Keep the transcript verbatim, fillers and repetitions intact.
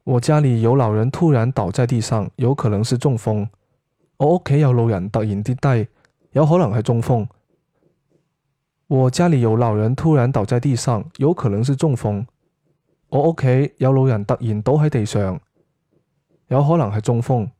我家里有老人突然倒在地上，有可能是中風。我屋企有老人突然跌低，有可能係中風。我家里有老人突然倒在地上，有可能是中風。我屋企有老人突然倒喺地上，有可能係中風。